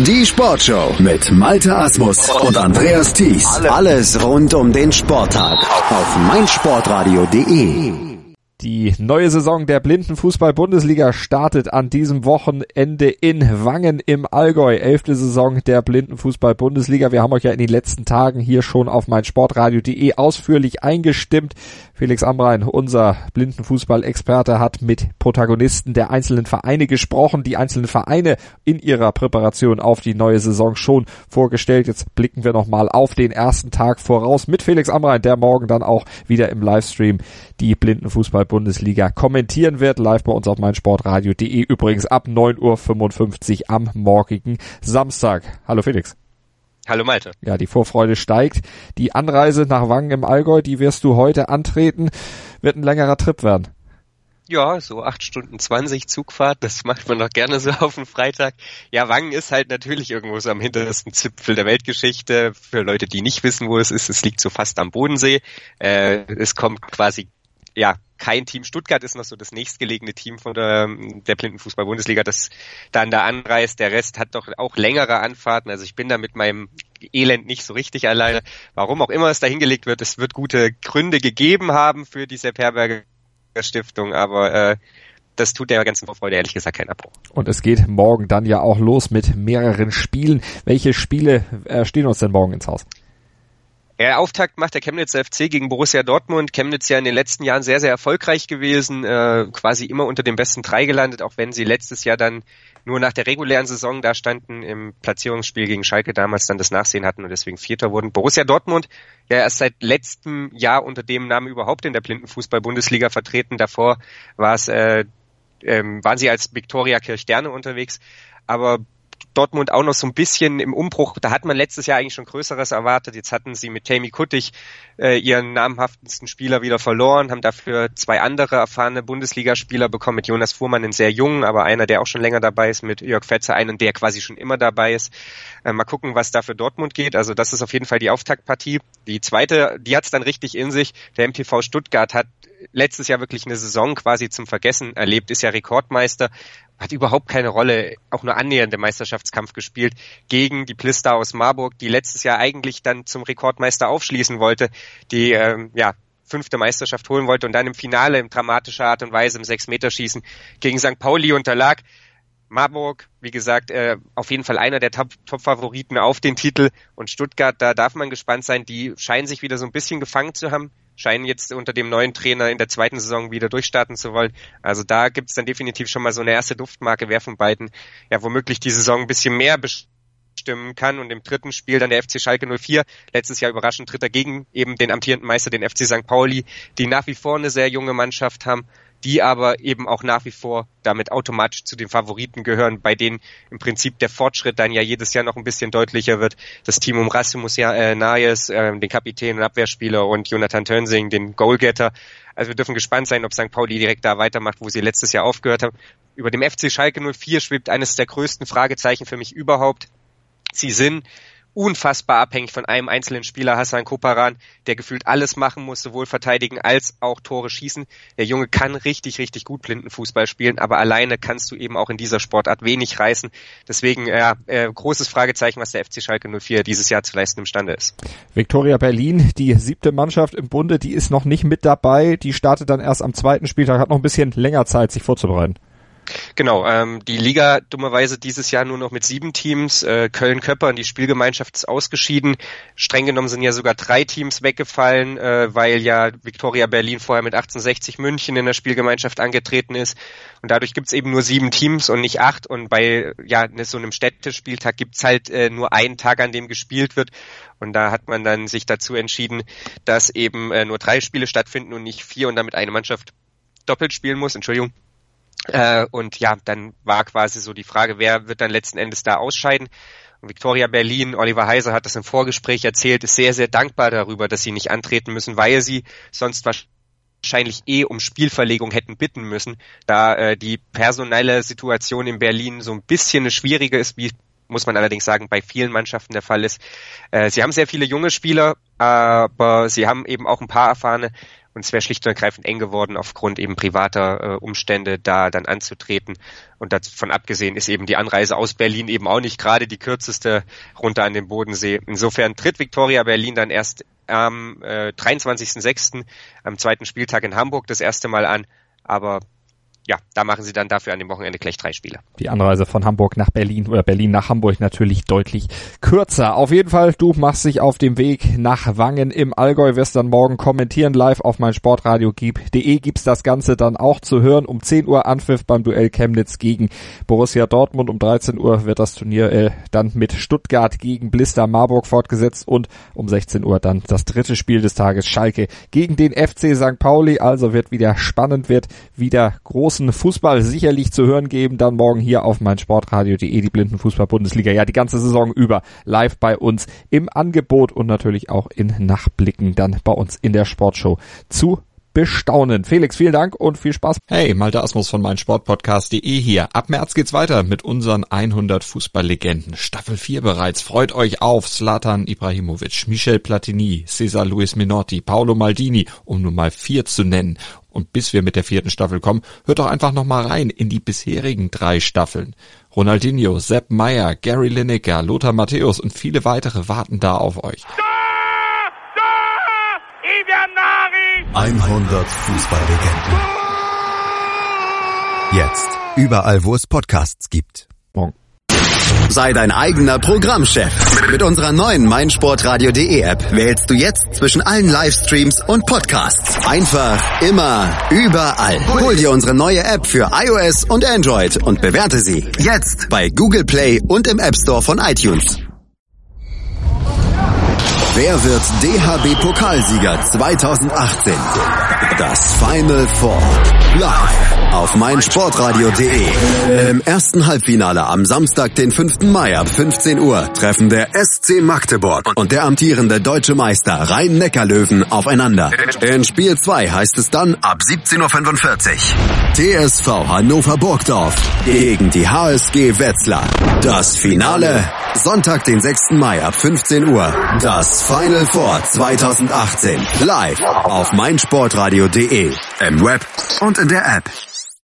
Die Sportshow mit Malte Asmus und Andreas Thies. Alles rund um den Sporttag auf meinsportradio.de. Die neue Saison der Blindenfußball-Bundesliga startet an diesem Wochenende in Wangen im Allgäu. 11. Saison der Blindenfußball-Bundesliga. Wir haben euch ja in den letzten Tagen hier schon auf meinsportradio.de ausführlich eingestimmt. Felix Amrain, unser Blindenfußball-Experte, hat mit Protagonisten der einzelnen Vereine gesprochen, die einzelnen Vereine in ihrer Präparation auf die neue Saison schon vorgestellt. Jetzt blicken wir nochmal auf den ersten Tag voraus mit Felix Amrain, der morgen dann auch wieder im Livestream die Blindenfußball-Bundesliga kommentieren wird. Live bei uns auf meinsportradio.de, übrigens ab 9.55 Uhr am morgigen Samstag. Hallo Felix. Hallo Malte. Ja, die Vorfreude steigt. Die Anreise nach Wangen im Allgäu, die wirst du heute antreten, wird ein längerer Trip werden. Ja, so 8 Stunden 20 Zugfahrt, das macht man doch gerne so auf einen Freitag. Ja, Wangen ist halt natürlich irgendwo so am hintersten Zipfel der Weltgeschichte. Für Leute, die nicht wissen, wo es ist, es liegt so fast am Bodensee. Es kommt quasi, ja, kein Team. Stuttgart ist noch so das nächstgelegene Team von der Blindenfußball-Bundesliga, das dann da anreist. Der Rest hat doch auch längere Anfahrten. Also ich bin da mit meinem Elend nicht so richtig alleine. Warum auch immer es da hingelegt wird, es wird gute Gründe gegeben haben für die Sepp Herberger Stiftung, aber das tut der ganzen Vorfreude ehrlich gesagt keinen Abbruch. Und es geht morgen dann ja auch los mit mehreren Spielen. Welche Spiele stehen uns denn morgen ins Haus? Der Auftakt macht der Chemnitzer FC gegen Borussia Dortmund. Chemnitz ja in den letzten Jahren sehr, sehr erfolgreich gewesen, quasi immer unter den besten 3 gelandet, auch wenn sie letztes Jahr dann nur nach der regulären Saison da standen, im Platzierungsspiel gegen Schalke damals dann das Nachsehen hatten und deswegen Vierter wurden. Borussia Dortmund, ja erst seit letztem Jahr unter dem Namen überhaupt in der Blindenfußball-Bundesliga vertreten. Davor waren sie als Viktoria Kirchderne unterwegs, aber Dortmund auch noch so ein bisschen im Umbruch. Da hat man letztes Jahr eigentlich schon Größeres erwartet. Jetzt hatten sie mit Tammy Kuttig ihren namhaftesten Spieler wieder verloren, haben dafür 2 andere erfahrene Bundesligaspieler bekommen, mit Jonas Fuhrmann, einen sehr jungen, aber einer, der auch schon länger dabei ist, mit Jörg Fetzer, einen, der quasi schon immer dabei ist. Mal gucken, was da für Dortmund geht. Also das ist auf jeden Fall die Auftaktpartie. Die zweite, die hat es dann richtig in sich. Der MTV Stuttgart hat letztes Jahr wirklich eine Saison quasi zum Vergessen erlebt, ist ja Rekordmeister, hat überhaupt keine Rolle, auch nur annähernd im Meisterschaftskampf gespielt, gegen die Plister aus Marburg, die letztes Jahr eigentlich dann zum Rekordmeister aufschließen wollte, die 5. Meisterschaft holen wollte und dann im Finale in dramatischer Art und Weise im 6-Meter-Schießen gegen St. Pauli unterlag. Marburg, wie gesagt, auf jeden Fall einer der Top-Favoriten auf den Titel, und Stuttgart, da darf man gespannt sein, die scheinen sich wieder so ein bisschen gefangen zu haben, scheinen jetzt unter dem neuen Trainer in der zweiten Saison wieder durchstarten zu wollen. Also da gibt's dann definitiv schon mal so eine erste Duftmarke, wer von beiden ja womöglich die Saison ein bisschen mehr bestimmen kann. Und im dritten Spiel dann der FC Schalke 04, letztes Jahr überraschend Dritter gegen eben den amtierenden Meister, den FC St. Pauli, die nach wie vor eine sehr junge Mannschaft haben, die aber eben auch nach wie vor damit automatisch zu den Favoriten gehören, bei denen im Prinzip der Fortschritt dann ja jedes Jahr noch ein bisschen deutlicher wird. Das Team um Rasmus Nayes, den Kapitän und Abwehrspieler, und Jonathan Tönsing, den Goalgetter. Also wir dürfen gespannt sein, ob St. Pauli direkt da weitermacht, wo sie letztes Jahr aufgehört haben. Über dem FC Schalke 04 schwebt eines der größten Fragezeichen für mich überhaupt. Sie sind unfassbar abhängig von einem einzelnen Spieler, Hassan Koparan, der gefühlt alles machen muss, sowohl verteidigen als auch Tore schießen. Der Junge kann richtig, richtig gut Blindenfußball spielen, aber alleine kannst du eben auch in dieser Sportart wenig reißen. Deswegen großes Fragezeichen, was der FC Schalke 04 dieses Jahr zu leisten imstande ist. Viktoria Berlin, die 7. Mannschaft im Bunde, die ist noch nicht mit dabei. Die startet dann erst am 2. Spieltag, hat noch ein bisschen länger Zeit, sich vorzubereiten. Genau, die Liga dummerweise dieses Jahr nur noch mit 7 Teams. Köln-Köppern, die Spielgemeinschaft, ist ausgeschieden. Streng genommen sind ja sogar 3 Teams weggefallen, weil ja Viktoria Berlin vorher mit 1860 München in der Spielgemeinschaft angetreten ist. Und dadurch gibt's eben nur 7 Teams und nicht 8. Und bei so einem Städtespieltag gibt's halt nur einen Tag, an dem gespielt wird. Und da hat man dann sich dazu entschieden, dass eben nur 3 Spiele stattfinden und nicht 4 und damit eine Mannschaft doppelt spielen muss. Entschuldigung. Und ja, dann war quasi so die Frage, wer wird dann letzten Endes da ausscheiden. Und Viktoria Berlin, Oliver Heiser hat das im Vorgespräch erzählt, ist sehr, sehr dankbar darüber, dass sie nicht antreten müssen, weil sie sonst wahrscheinlich um Spielverlegung hätten bitten müssen, da die personelle Situation in Berlin so ein bisschen eine schwierige ist, wie muss man allerdings sagen, bei vielen Mannschaften der Fall ist. Sie haben sehr viele junge Spieler, aber sie haben eben auch ein paar erfahrene. und es wäre schlicht und ergreifend eng geworden, aufgrund eben privater Umstände da dann anzutreten. Und davon abgesehen ist eben die Anreise aus Berlin eben auch nicht gerade die kürzeste runter an den Bodensee. Insofern tritt Viktoria Berlin dann erst am 23.06. am zweiten Spieltag in Hamburg das erste Mal an, aber ja, da machen sie dann dafür an dem Wochenende gleich 3 Spiele. Die Anreise von Hamburg nach Berlin oder Berlin nach Hamburg natürlich deutlich kürzer. Auf jeden Fall, du machst dich auf dem Weg nach Wangen im Allgäu, wirst dann morgen kommentieren live auf meinsportradio.de. Gibt's das Ganze dann auch zu hören. Um 10 Uhr Anpfiff beim Duell Chemnitz gegen Borussia Dortmund. Um 13 Uhr wird das Turnier dann mit Stuttgart gegen Blister Marburg fortgesetzt und um 16 Uhr dann das dritte Spiel des Tages, Schalke gegen den FC St. Pauli. Also wird wieder spannend, wird wieder großen Fußball sicherlich zu hören geben, dann morgen hier auf meinsportradio.de, die Blindenfußball-Bundesliga, ja die ganze Saison über live bei uns im Angebot und natürlich auch in Nachblicken dann bei uns in der Sportshow zu bestaunen. Felix, vielen Dank und viel Spaß. Hey, Malte Asmus von meinsportpodcast.de hier. Ab März geht's weiter mit unseren 100 Fußballlegenden. Staffel 4 bereits. Freut euch auf Zlatan Ibrahimovic, Michel Platini, Cesar Luis Minotti, Paolo Maldini, um nur mal 4 zu nennen. Und bis wir mit der 4. Staffel kommen, hört doch einfach noch mal rein in die bisherigen 3 Staffeln. Ronaldinho, Sepp Maier, Gary Lineker, Lothar Matthäus und viele weitere warten da auf euch. 100 Fußballlegenden. Jetzt überall, wo es Podcasts gibt. Morgen. Sei dein eigener Programmchef. Mit unserer neuen meinsportradio.de App wählst du jetzt zwischen allen Livestreams und Podcasts. Einfach, immer, überall. Hol dir unsere neue App für iOS und Android und bewerte sie jetzt bei Google Play und im App Store von iTunes. Wer wird DHB-Pokalsieger 2018? Das Final Four. Live auf meinsportradio.de. Im ersten Halbfinale am Samstag, den 5. Mai ab 15 Uhr treffen der SC Magdeburg und der amtierende deutsche Meister Rhein-Neckar-Löwen aufeinander. In Spiel 2 heißt es dann ab 17.45 Uhr TSV Hannover Burgdorf gegen die HSG Wetzlar. Das Finale Sonntag, den 6. Mai ab 15 Uhr. Das Final Four 2018. Live auf meinsportradio.de. Im Web und in der App.